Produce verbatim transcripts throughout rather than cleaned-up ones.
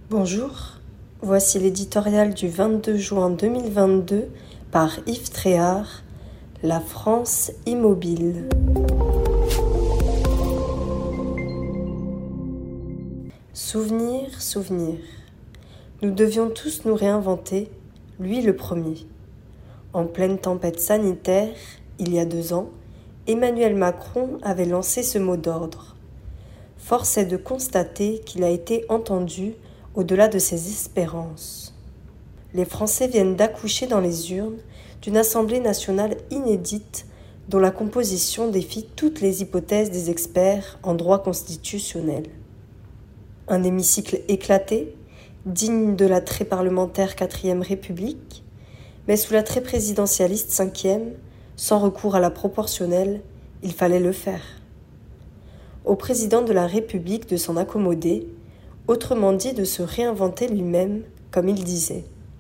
Bonjour, voici l'éditorial du vingt-deux juin deux mille vingt-deux par Yves Tréhard, La France immobile. Souvenir, souvenir. Nous devions tous nous réinventer, lui le premier. En pleine tempête sanitaire, il y a deux ans, Emmanuel Macron avait lancé ce mot d'ordre. Force est de constater qu'il a été entendu au-delà de ses espérances. Les Français viennent d'accoucher dans les urnes d'une Assemblée nationale inédite dont la composition défie toutes les hypothèses des experts en droit constitutionnel. Un hémicycle éclaté, digne de la très parlementaire quatrième République, mais sous la très présidentialiste cinquième, sans recours à la proportionnelle, il fallait le faire. Au président de la République de s'en accommoder, autrement dit de se réinventer lui-même, comme il disait.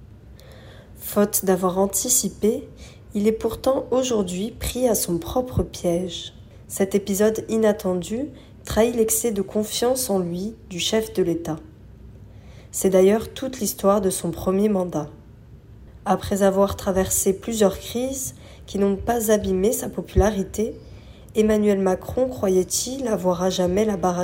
Faute d'avoir anticipé, il est pourtant aujourd'hui pris à son propre piège. Cet épisode inattendu trahit l'excès de confiance en lui du chef de l'État. C'est d'ailleurs toute l'histoire de son premier mandat. Après avoir traversé plusieurs crises qui n'ont pas abîmé sa popularité, Emmanuel Macron croyait-il avoir à jamais la baraka ?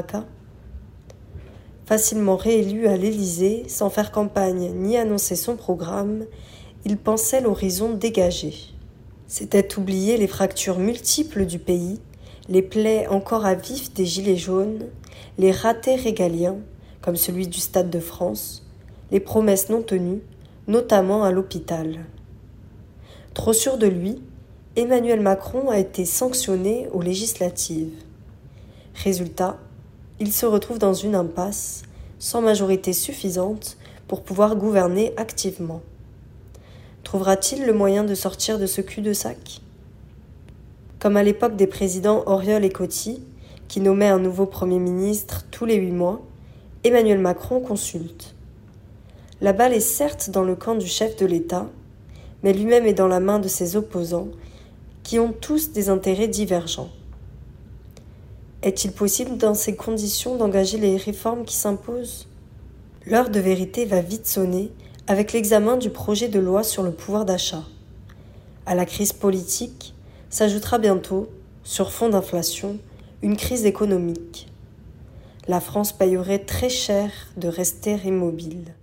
Facilement réélu à l'Élysée, sans faire campagne ni annoncer son programme, il pensait l'horizon dégagé. C'était oublier les fractures multiples du pays, les plaies encore à vif des gilets jaunes, les ratés régaliens, comme celui du Stade de France, les promesses non tenues, notamment à l'hôpital. Trop sûr de lui, Emmanuel Macron a été sanctionné aux législatives. Résultat, il se retrouve dans une impasse, sans majorité suffisante pour pouvoir gouverner activement. Trouvera-t-il le moyen de sortir de ce cul-de-sac ? Comme à l'époque des présidents Auriol et Coty, qui nommaient un nouveau Premier ministre tous les huit mois, Emmanuel Macron consulte. La balle est certes dans le camp du chef de l'État, mais lui-même est dans la main de ses opposants, qui ont tous des intérêts divergents. Est-il possible dans ces conditions d'engager les réformes qui s'imposent ? L'heure de vérité va vite sonner avec l'examen du projet de loi sur le pouvoir d'achat. À la crise politique s'ajoutera bientôt, sur fond d'inflation, une crise économique. La France payerait très cher de rester immobile.